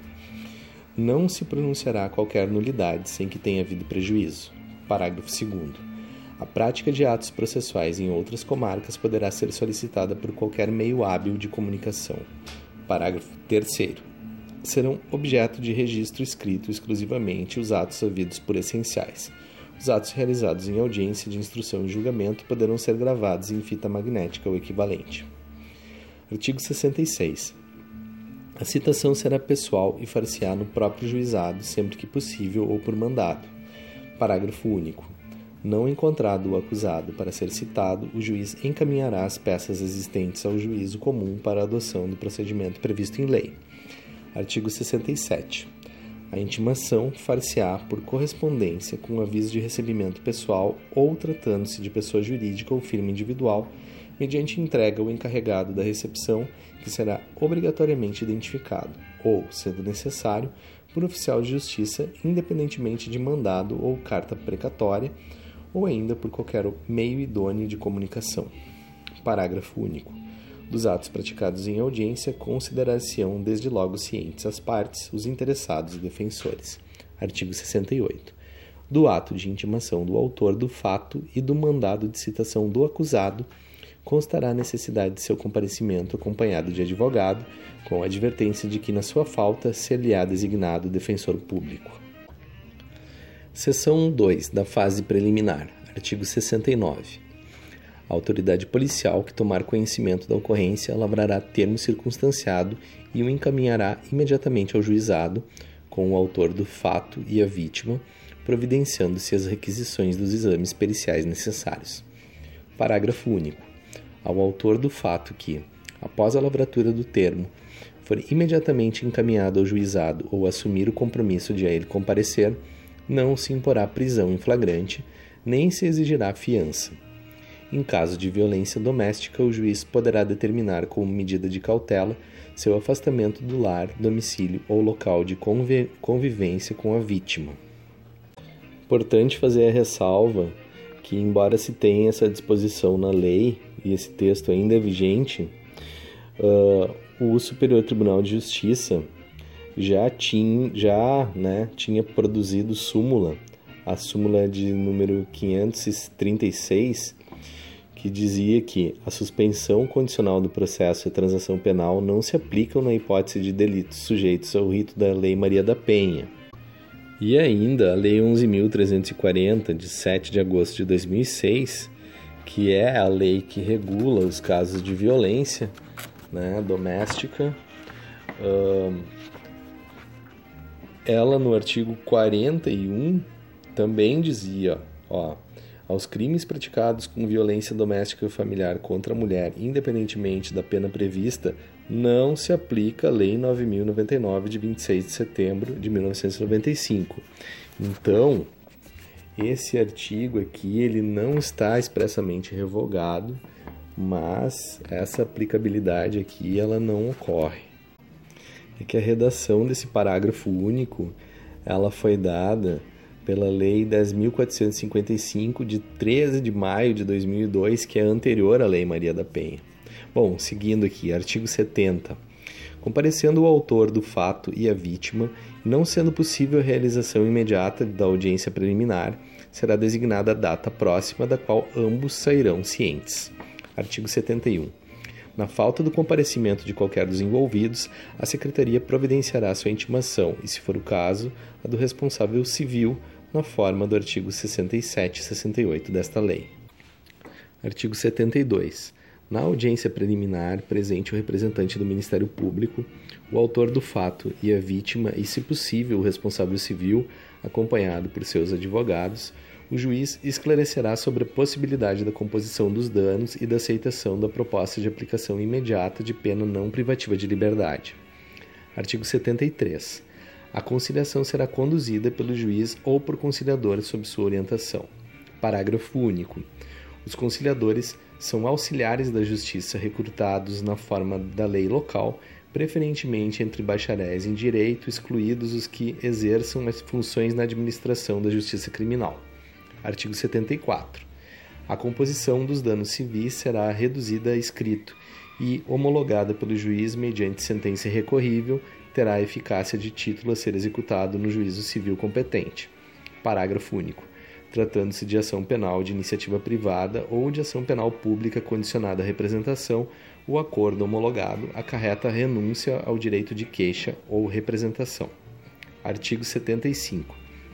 Não se pronunciará qualquer nulidade sem que tenha havido prejuízo. Parágrafo segundo. A prática de atos processuais em outras comarcas poderá ser solicitada por qualquer meio hábil de comunicação. Parágrafo terceiro. Serão objeto de registro escrito exclusivamente os atos havidos por essenciais. Os atos realizados em audiência de instrução e julgamento poderão ser gravados em fita magnética ou equivalente. Artigo sessenta e seis. A citação será pessoal e far-se-á no próprio juizado, sempre que possível ou por mandado. Parágrafo único. Não encontrado o acusado para ser citado, o juiz encaminhará as peças existentes ao juízo comum para a adoção do procedimento previsto em lei. Artigo sessenta e sete. A intimação far-se-á por correspondência com aviso de recebimento pessoal ou tratando-se de pessoa jurídica ou firma individual, mediante entrega ao encarregado da recepção, que será obrigatoriamente identificado, ou, sendo necessário, por oficial de justiça, independentemente de mandado ou carta precatória, ou ainda por qualquer meio idôneo de comunicação. Parágrafo único. Dos atos praticados em audiência, considerar-se-ão desde logo cientes as partes, os interessados e defensores. Artigo sessenta e oito. Do ato de intimação do autor do fato e do mandado de citação do acusado, constará a necessidade de seu comparecimento acompanhado de advogado, com a advertência de que, na sua falta, ser-lhe-á designado defensor público. Seção dois. Da fase preliminar. Artigo sessenta e nove. A autoridade policial que tomar conhecimento da ocorrência lavrará termo circunstanciado e o encaminhará imediatamente ao juizado, com o autor do fato e a vítima, providenciando-se as requisições dos exames periciais necessários. Parágrafo único. Ao autor do fato que, após a lavratura do termo, for imediatamente encaminhado ao juizado ou assumir o compromisso de a ele comparecer, não se imporá prisão em flagrante, nem se exigirá fiança. Em caso de violência doméstica, o juiz poderá determinar como medida de cautela seu afastamento do lar, domicílio ou local de conviv- convivência com a vítima. Importante fazer a ressalva que, embora se tenha essa disposição na lei e esse texto ainda é vigente, uh, o Superior Tribunal de Justiça já tinha, já, né, tinha produzido súmula, a súmula de número quinhentos e trinta e seis, que dizia que a suspensão condicional do processo e a transação penal não se aplicam na hipótese de delitos sujeitos ao rito da Lei Maria da Penha. E ainda a Lei onze mil trezentos e quarenta, de sete de agosto de dois mil e seis, que é a lei que regula os casos de violência, né, doméstica, uh, ela no artigo quarenta e um também dizia, ó, aos crimes praticados com violência doméstica e familiar contra a mulher, independentemente da pena prevista, não se aplica a Lei nove mil e noventa e nove, de vinte e seis de setembro de mil novecentos e noventa e cinco. Então, esse artigo aqui ele não está expressamente revogado, mas essa aplicabilidade aqui ela não ocorre. É que a redação desse parágrafo único ela foi dada pela Lei dez mil quatrocentos e cinquenta e cinco, de treze de maio de dois mil e dois, que é anterior à Lei Maria da Penha. Bom, seguindo aqui, artigo setenta. Comparecendo o autor do fato e a vítima, e não sendo possível a realização imediata da audiência preliminar, será designada a data próxima da qual ambos sairão cientes. Artigo setenta e um. Na falta do comparecimento de qualquer dos envolvidos, a Secretaria providenciará sua intimação e, se for o caso, a do responsável civil, na forma do artigo sessenta e sete e sessenta e oito desta lei. Artigo setenta e dois. Na audiência preliminar, presente o representante do Ministério Público, o autor do fato e a vítima e, se possível, o responsável civil, acompanhado por seus advogados, o juiz esclarecerá sobre a possibilidade da composição dos danos e da aceitação da proposta de aplicação imediata de pena não privativa de liberdade. Artigo setenta e três. A conciliação será conduzida pelo juiz ou por conciliador sob sua orientação. Parágrafo único. Os conciliadores são auxiliares da Justiça recrutados na forma da lei local, preferentemente entre bacharéis em direito, excluídos os que exerçam as funções na administração da Justiça Criminal. Artigo setenta e quatro. A composição dos danos civis será reduzida a escrito e, homologada pelo juiz mediante sentença recorrível, terá eficácia de título a ser executado no juízo civil competente. Parágrafo único. Tratando-se de ação penal de iniciativa privada ou de ação penal pública condicionada à representação, o acordo homologado acarreta a renúncia ao direito de queixa ou representação. Artigo setenta e cinco.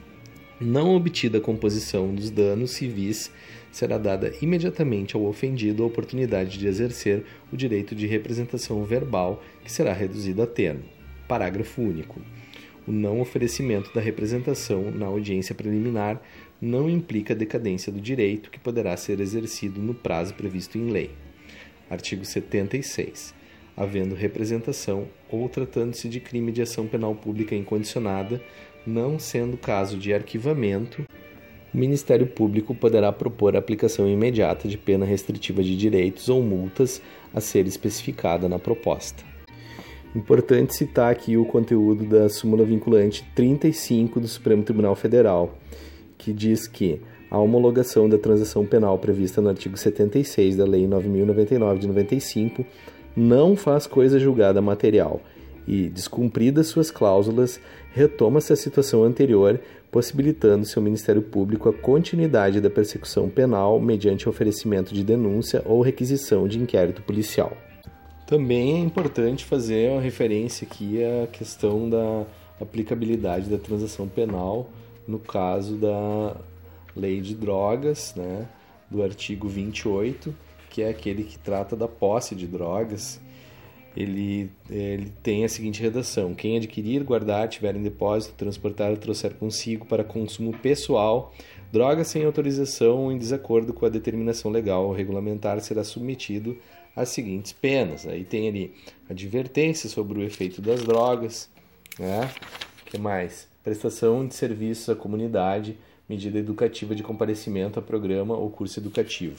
Não obtida a composição dos danos civis, será dada imediatamente ao ofendido a oportunidade de exercer o direito de representação verbal, que será reduzido a termo. Parágrafo único. O não oferecimento da representação na audiência preliminar não implica decadência do direito, que poderá ser exercido no prazo previsto em lei. Artigo setenta e seis. Havendo representação ou tratando-se de crime de ação penal pública incondicionada, não sendo caso de arquivamento, o Ministério Público poderá propor a aplicação imediata de pena restritiva de direitos ou multas a ser especificada na proposta. Importante citar aqui o conteúdo da súmula vinculante trinta e cinco do Supremo Tribunal Federal, que diz que a homologação da transação penal prevista no artigo setenta e seis da Lei nove mil e noventa e nove de noventa e cinco não faz coisa julgada material e, descumpridas suas cláusulas, retoma-se a situação anterior, possibilitando-se ao Ministério Público a continuidade da persecução penal mediante oferecimento de denúncia ou requisição de inquérito policial. Também é importante fazer uma referência aqui à questão da aplicabilidade da transação penal no caso da lei de drogas, né, do artigo vinte e oito, que é aquele que trata da posse de drogas. ele, ele tem a seguinte redação: quem adquirir, guardar, tiver em depósito, transportar ou trouxer consigo para consumo pessoal drogas sem autorização ou em desacordo com a determinação legal ou regulamentar será submetido às seguintes penas. Aí tem ali advertência sobre o efeito das drogas, né? O que mais? Prestação de serviços à comunidade, medida educativa de comparecimento a programa ou curso educativo.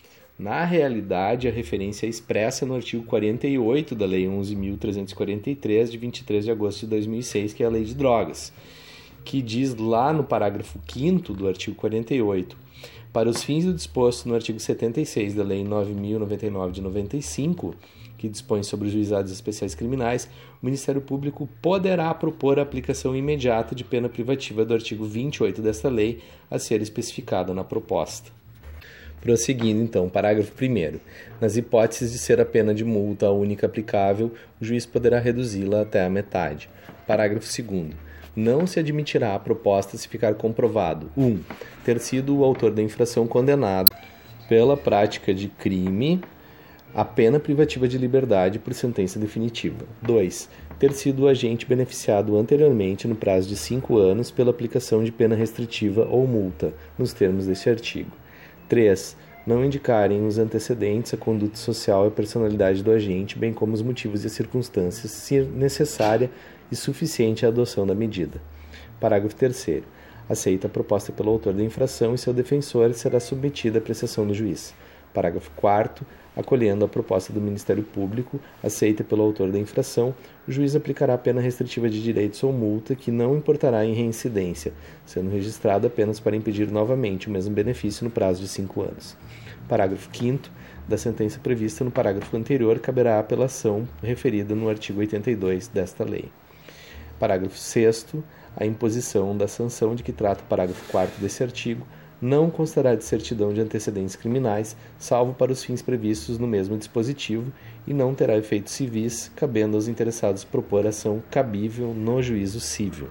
Na realidade, a referência é expressa no artigo quarenta e oito da Lei onze mil trezentos e quarenta e três, de vinte e três de agosto de dois mil e seis, que é a Lei de Drogas, que diz lá no parágrafo quinto do artigo quarenta e oito: para os fins do disposto no artigo setenta e seis da Lei nove mil e noventa e nove de noventa e cinco, que dispõe sobre os juizados especiais criminais, o Ministério Público poderá propor a aplicação imediata de pena privativa do artigo vinte e oito desta lei, a ser especificada na proposta. Prosseguindo, então, parágrafo primeiro. Nas hipóteses de ser a pena de multa a única aplicável, o juiz poderá reduzi-la até a metade. Parágrafo segundo. Não se admitirá a proposta se ficar comprovado: um. Ter sido o autor da infração condenado pela prática de crime a pena privativa de liberdade por sentença definitiva. dois. Ter sido o agente beneficiado anteriormente no prazo de cinco anos pela aplicação de pena restritiva ou multa, nos termos deste artigo. três. Não indicarem os antecedentes, a conduta social e a personalidade do agente, bem como os motivos e as circunstâncias, se necessária e suficiente a adoção da medida. Parágrafo terceiro. Aceita a proposta pelo autor da infração e seu defensor será submetida à apreciação do juiz. Parágrafo quarto. Acolhendo a proposta do Ministério Público, aceita pelo autor da infração, o juiz aplicará a pena restritiva de direitos ou multa que não importará em reincidência, sendo registrada apenas para impedir novamente o mesmo benefício no prazo de cinco anos. Parágrafo quinto. Da sentença prevista no parágrafo anterior, caberá a apelação referida no artigo oitenta e dois desta lei. Parágrafo sexto. A imposição da sanção de que trata o parágrafo quarto desse artigo não constará de certidão de antecedentes criminais, salvo para os fins previstos no mesmo dispositivo, e não terá efeitos civis, cabendo aos interessados propor ação cabível no juízo cível.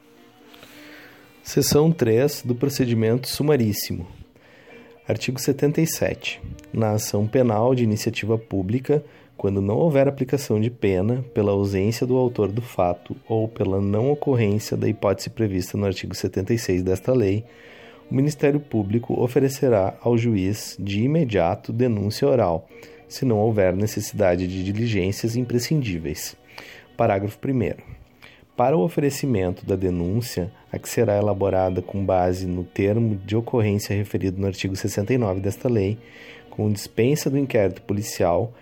Seção três do procedimento sumaríssimo. Artigo setenta e sete. Na ação penal de iniciativa pública, quando não houver aplicação de pena pela ausência do autor do fato ou pela não ocorrência da hipótese prevista no artigo setenta e seis desta lei, o Ministério Público oferecerá ao juiz de imediato denúncia oral, se não houver necessidade de diligências imprescindíveis. Parágrafo primeiro. Para o oferecimento da denúncia, a que será elaborada com base no termo de ocorrência referido no artigo sessenta e nove desta lei, com dispensa do inquérito policial,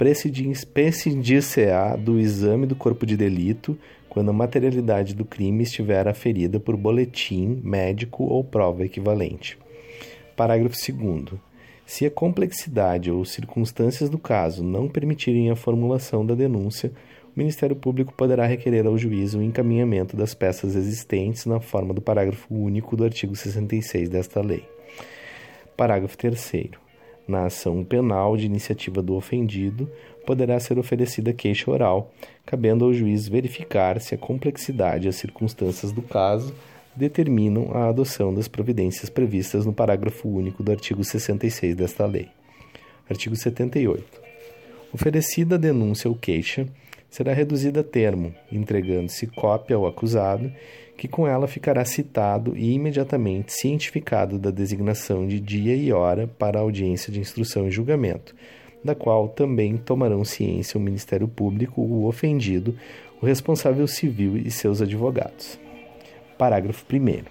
prescindir-se-á do exame do corpo de delito quando a materialidade do crime estiver aferida por boletim médico ou prova equivalente. Parágrafo segundo. Se a complexidade ou circunstâncias do caso não permitirem a formulação da denúncia, o Ministério Público poderá requerer ao juiz o encaminhamento das peças existentes na forma do parágrafo único do artigo sessenta e seis desta lei. Parágrafo terceiro. Na ação penal de iniciativa do ofendido, poderá ser oferecida queixa oral, cabendo ao juiz verificar se a complexidade e as circunstâncias do caso determinam a adoção das providências previstas no parágrafo único do artigo sessenta e seis desta lei. Artigo setenta e oito. Oferecida a denúncia ou queixa, será reduzida a termo, entregando-se cópia ao acusado, que com ela ficará citado e imediatamente cientificado da designação de dia e hora para a audiência de instrução e julgamento, da qual também tomarão ciência o Ministério Público, o ofendido, o responsável civil e seus advogados. Parágrafo primeiro.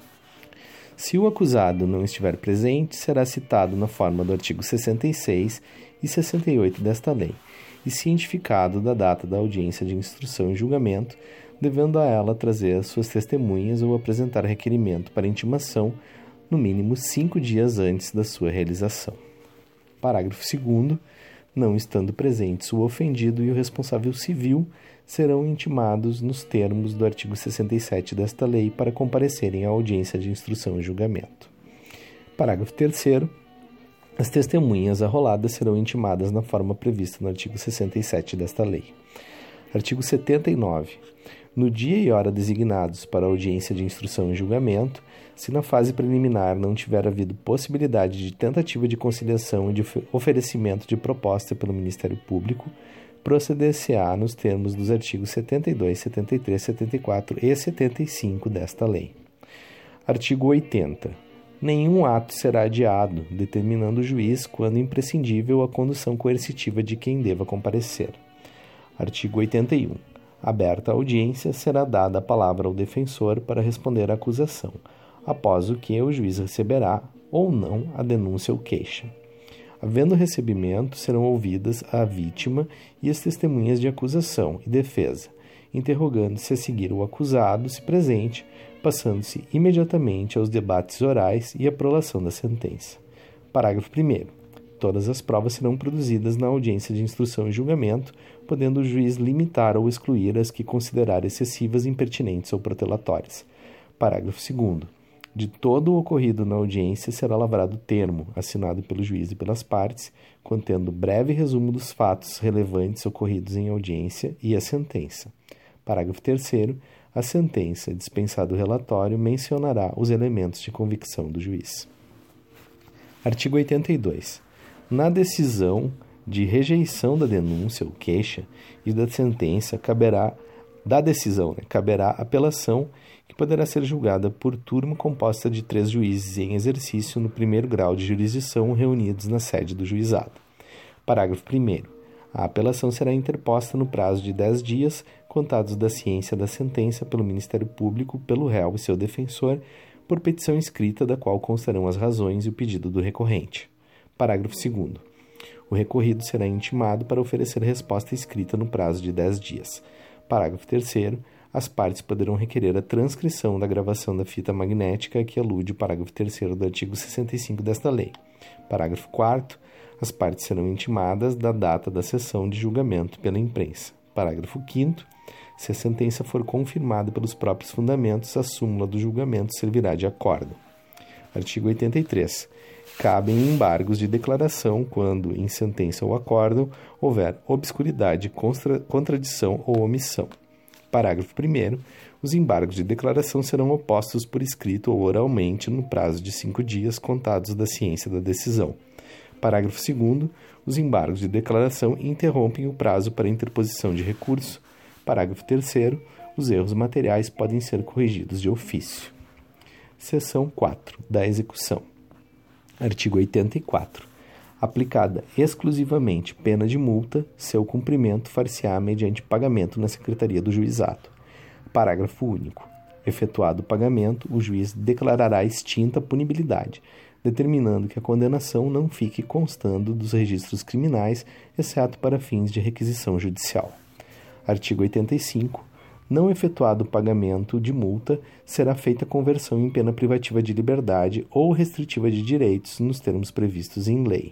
Se o acusado não estiver presente, será citado na forma do artigo sessenta e seis e sessenta e oito desta lei, e cientificado da data da audiência de instrução e julgamento, devendo a ela trazer as suas testemunhas ou apresentar requerimento para intimação, no mínimo cinco dias antes da sua realização. Parágrafo segundo. Não estando presentes o ofendido e o responsável civil, serão intimados nos termos do artigo sessenta e sete desta lei para comparecerem à audiência de instrução e julgamento. Parágrafo terceiro. As testemunhas arroladas serão intimadas na forma prevista no artigo sessenta e sete desta lei. Artigo setenta e nove. No dia e hora designados para a audiência de instrução e julgamento, se na fase preliminar não tiver havido possibilidade de tentativa de conciliação e de oferecimento de proposta pelo Ministério Público, proceder-se-á nos termos dos artigos setenta e dois, setenta e três, setenta e quatro e setenta e cinco desta lei. Artigo oitenta. Nenhum ato será adiado, determinando o juiz, quando imprescindível, a condução coercitiva de quem deva comparecer. Artigo oitenta e um. Aberta a audiência, será dada a palavra ao defensor para responder à acusação, após o que o juiz receberá, ou não, a denúncia ou queixa. Havendo recebimento, serão ouvidas a vítima e as testemunhas de acusação e defesa, interrogando-se a seguir o acusado, se presente, passando-se imediatamente aos debates orais e à prolação da sentença. Parágrafo primeiro. Todas as provas serão produzidas na audiência de instrução e julgamento, podendo o juiz limitar ou excluir as que considerar excessivas, impertinentes ou protelatórias. Parágrafo segundo. De todo o ocorrido na audiência será lavrado termo, assinado pelo juiz e pelas partes, contendo breve resumo dos fatos relevantes ocorridos em audiência e a sentença. Parágrafo terceiro. A sentença, dispensado o relatório, mencionará os elementos de convicção do juiz. Artigo oitenta e dois. Na decisão de rejeição da denúncia ou queixa e da sentença, caberá, da decisão, né, caberá apelação, que poderá ser julgada por turma composta de três juízes em exercício no primeiro grau de jurisdição reunidos na sede do juizado. Parágrafo primeiro. A apelação será interposta no prazo de dez dias, contados da ciência da sentença pelo Ministério Público, pelo réu e seu defensor, por petição escrita da qual constarão as razões e o pedido do recorrente. Parágrafo segundo. O recorrido será intimado para oferecer resposta escrita no prazo de dez dias. Parágrafo terceiro. As partes poderão requerer a transcrição da gravação da fita magnética a que alude o parágrafo terceiro do artigo sessenta e cinco desta lei. Parágrafo quarto. As partes serão intimadas da data da sessão de julgamento pela imprensa. Parágrafo quinto. Se a sentença for confirmada pelos próprios fundamentos, a súmula do julgamento servirá de acórdão. Artigo oitenta e três. Cabem embargos de declaração quando, em sentença ou acórdão, houver obscuridade, contra, contradição ou omissão. Parágrafo primeiro. Os embargos de declaração serão opostos por escrito ou oralmente no prazo de cinco dias contados da ciência da decisão. Parágrafo segundo. Os embargos de declaração interrompem o prazo para interposição de recurso. Parágrafo terceiro. Os erros materiais podem ser corrigidos de ofício. Seção quatro. Da execução. Artigo oitenta e quatro. Aplicada exclusivamente pena de multa, seu cumprimento far-se-á mediante pagamento na Secretaria do Juizado. Parágrafo único. Efetuado o pagamento, o juiz declarará extinta a punibilidade, determinando que a condenação não fique constando dos registros criminais, exceto para fins de requisição judicial. Artigo oitenta e cinco. Não efetuado o pagamento de multa, será feita conversão em pena privativa de liberdade ou restritiva de direitos nos termos previstos em lei.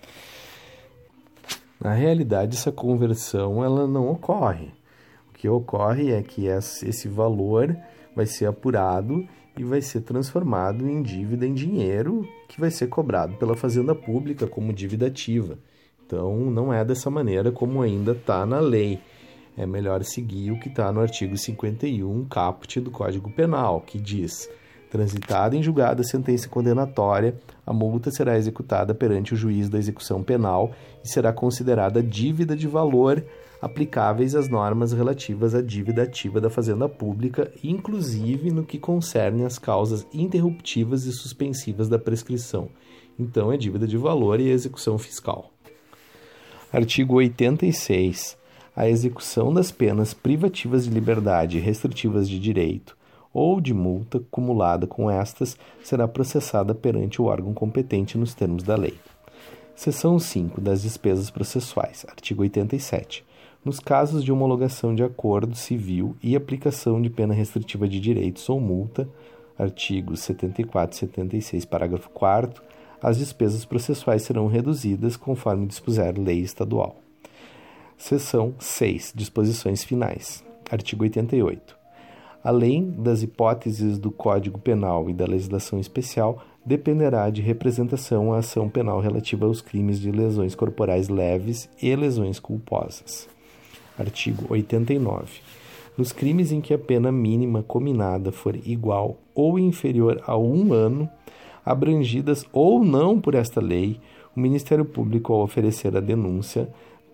Na realidade, essa conversão ela não ocorre. O que ocorre é que esse valor vai ser apurado e vai ser transformado em dívida em dinheiro que vai ser cobrado pela Fazenda Pública como dívida ativa. Então, não é dessa maneira como ainda está na lei. É melhor seguir o que está no artigo cinquenta e um, caput do Código Penal, que diz: transitada em julgada a sentença condenatória, a multa será executada perante o juiz da execução penal e será considerada dívida de valor aplicáveis às normas relativas à dívida ativa da Fazenda Pública, inclusive no que concerne às causas interruptivas e suspensivas da prescrição. Então, é dívida de valor e execução fiscal. Artigo oitenta e seis. A execução das penas privativas de liberdade e restritivas de direito ou de multa cumulada com estas será processada perante o órgão competente nos termos da lei. Seção cinco. Das despesas processuais. Artigo oitenta e sete. Nos casos de homologação de acordo civil e aplicação de pena restritiva de direitos ou multa, artigos setenta e quatro e setenta e seis, parágrafo quarto, as despesas processuais serão reduzidas conforme dispuser lei estadual. Seção seis. Disposições finais. Artigo oitenta e oito. Além das hipóteses do Código Penal e da legislação especial, dependerá de representação a ação penal relativa aos crimes de lesões corporais leves e lesões culposas. Artigo oitenta e nove. Nos crimes em que a pena mínima cominada for igual ou inferior a um ano, abrangidas ou não por esta lei, o Ministério Público, ao oferecer a denúncia,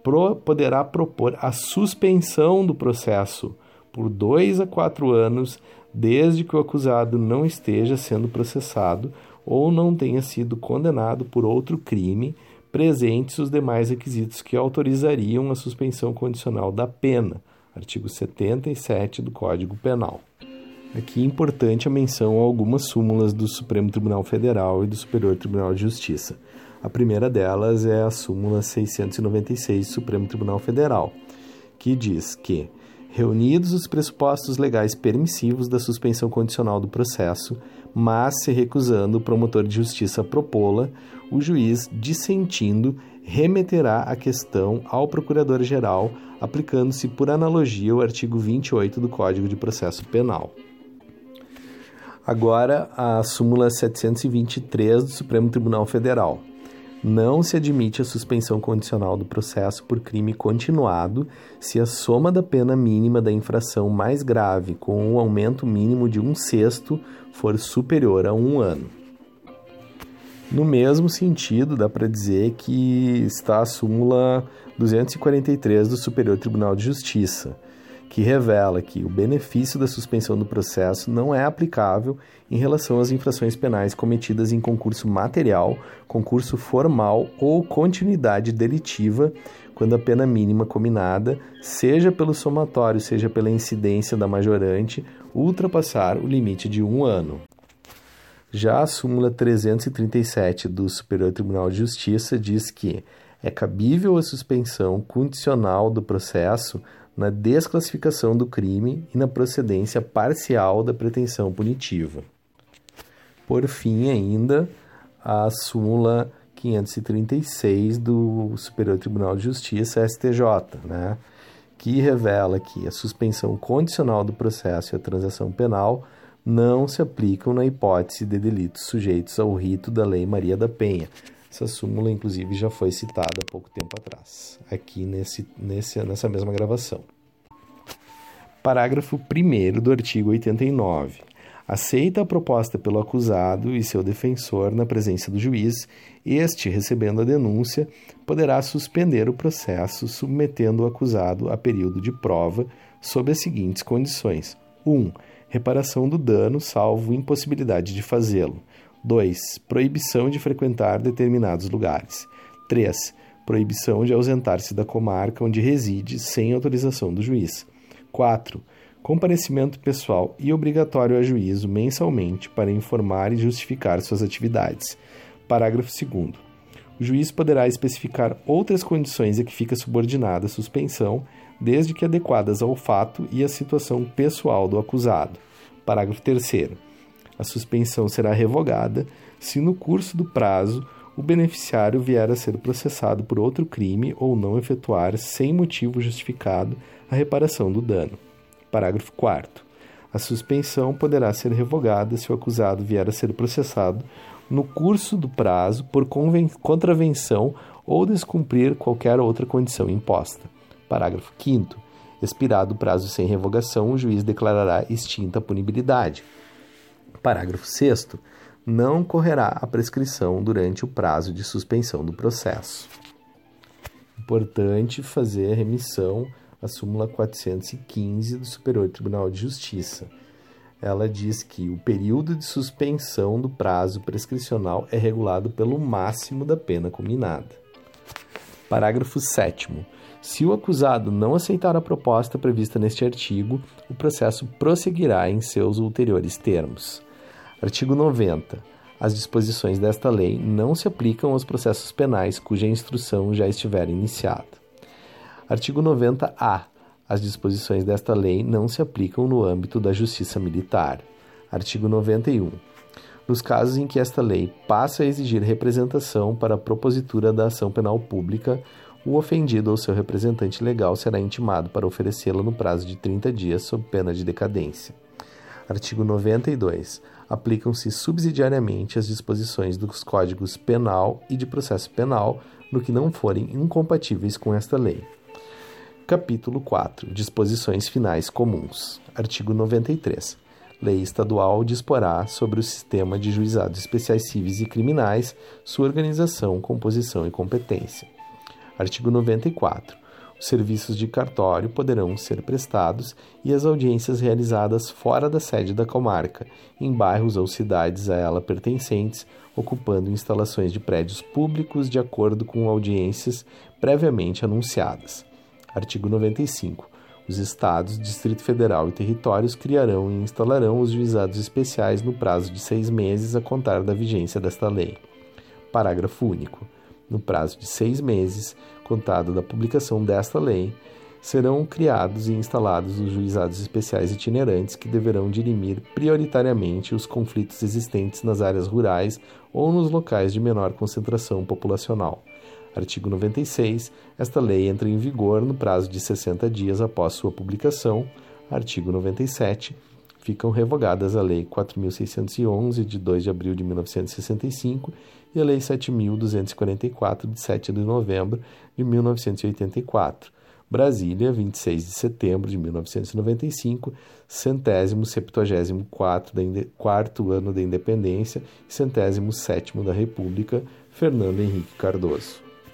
pro, poderá propor a suspensão do processo por dois a quatro anos, desde que o acusado não esteja sendo processado ou não tenha sido condenado por outro crime, presentes os demais requisitos que autorizariam a suspensão condicional da pena. Artigo setenta e sete do Código Penal. Aqui é importante a menção a algumas súmulas do Supremo Tribunal Federal e do Superior Tribunal de Justiça. A primeira delas é a súmula seiscentos e noventa e seis do Supremo Tribunal Federal, que diz que, reunidos os pressupostos legais permissivos da suspensão condicional do processo, mas se recusando o promotor de justiça a propô-la, o juiz, dissentindo, remeterá a questão ao Procurador-Geral, aplicando-se por analogia o artigo vinte e oito do Código de Processo Penal. Agora, a súmula setecentos e vinte e três do Supremo Tribunal Federal. Não se admite a suspensão condicional do processo por crime continuado se a soma da pena mínima da infração mais grave com um aumento mínimo de um sexto for superior a um ano. No mesmo sentido, dá para dizer que está a súmula duzentos e quarenta e três do Superior Tribunal de Justiça, que revela que o benefício da suspensão do processo não é aplicável em relação às infrações penais cometidas em concurso material, concurso formal ou continuidade delitiva, quando a pena mínima combinada, seja pelo somatório, seja pela incidência da majorante, ultrapassar o limite de um ano. Já a súmula trezentos e trinta e sete do Superior Tribunal de Justiça diz que é cabível a suspensão condicional do processo na desclassificação do crime e na procedência parcial da pretensão punitiva. Por fim, ainda, a súmula quinhentos e trinta e seis do Superior Tribunal de Justiça, S T J, né, que revela que a suspensão condicional do processo e a transação penal não se aplicam na hipótese de delitos sujeitos ao rito da Lei Maria da Penha. Essa súmula, inclusive, já foi citada há pouco tempo atrás, aqui nesse, nesse, nessa mesma gravação. Parágrafo primeiro do artigo oitenta e nove. Aceita a proposta pelo acusado e seu defensor na presença do juiz, este, recebendo a denúncia, poderá suspender o processo, submetendo o acusado a período de prova sob as seguintes condições. um. Reparação do dano, salvo impossibilidade de fazê-lo. dois. Proibição de frequentar determinados lugares. três. Proibição de ausentar-se da comarca onde reside sem autorização do juiz. quatro. Comparecimento pessoal e obrigatório a juízo mensalmente para informar e justificar suas atividades. Parágrafo segundo. O juiz poderá especificar outras condições a que fica subordinada a suspensão, desde que adequadas ao fato e à situação pessoal do acusado. Parágrafo terceiro. A suspensão será revogada se no curso do prazo o beneficiário vier a ser processado por outro crime ou não efetuar, sem motivo justificado, a reparação do dano. Parágrafo quarto. A suspensão poderá ser revogada se o acusado vier a ser processado no curso do prazo por conven- contravenção ou descumprir qualquer outra condição imposta. Parágrafo quinto. Expirado o prazo sem revogação, o juiz declarará extinta a punibilidade. Parágrafo sexto. Não correrá a prescrição durante o prazo de suspensão do processo. Importante fazer a remissão à súmula quatrocentos e quinze do Superior Tribunal de Justiça. Ela diz que o período de suspensão do prazo prescricional é regulado pelo máximo da pena combinada. Parágrafo sétimo. Se o acusado não aceitar a proposta prevista neste artigo, o processo prosseguirá em seus ulteriores termos. Artigo noventa. As disposições desta lei não se aplicam aos processos penais cuja instrução já estiver iniciada. Artigo noventa A. As disposições desta lei não se aplicam no âmbito da Justiça Militar. Artigo noventa e um. Nos casos em que esta lei passa a exigir representação para a propositura da ação penal pública, o ofendido ou seu representante legal será intimado para oferecê-la no prazo de trinta dias sob pena de decadência. Artigo noventa e dois. Aplicam-se subsidiariamente as disposições dos Códigos Penal e de Processo Penal no que não forem incompatíveis com esta lei. Capítulo quatro. Disposições finais comuns. Artigo noventa e três. Lei estadual disporá sobre o sistema de juizados especiais civis e criminais, sua organização, composição e competência. Artigo noventa e quatro. Os serviços de cartório poderão ser prestados e as audiências realizadas fora da sede da comarca, em bairros ou cidades a ela pertencentes, ocupando instalações de prédios públicos de acordo com audiências previamente anunciadas. Artigo noventa e cinco. Os Estados, Distrito Federal e Territórios criarão e instalarão os juizados especiais no prazo de seis meses a contar da vigência desta lei. Parágrafo único. No prazo de seis meses, contado da publicação desta lei, serão criados e instalados os juizados especiais itinerantes que deverão dirimir prioritariamente os conflitos existentes nas áreas rurais ou nos locais de menor concentração populacional. Artigo noventa e seis. Esta lei entra em vigor no prazo de sessenta dias após sua publicação. Artigo noventa e sete. Ficam revogadas a Lei quatro mil seiscentos e onze, de dois de abril de mil novecentos e sessenta e cinco, e a Lei sete mil duzentos e quarenta e quatro, de sete de novembro de mil novecentos e oitenta e quatro. Brasília, vinte e seis de setembro de mil novecentos e noventa e cinco, centésimo septuagésimo quarto, da inde... quarto ano da Independência e centésimo sétimo da República, Fernando Henrique Cardoso.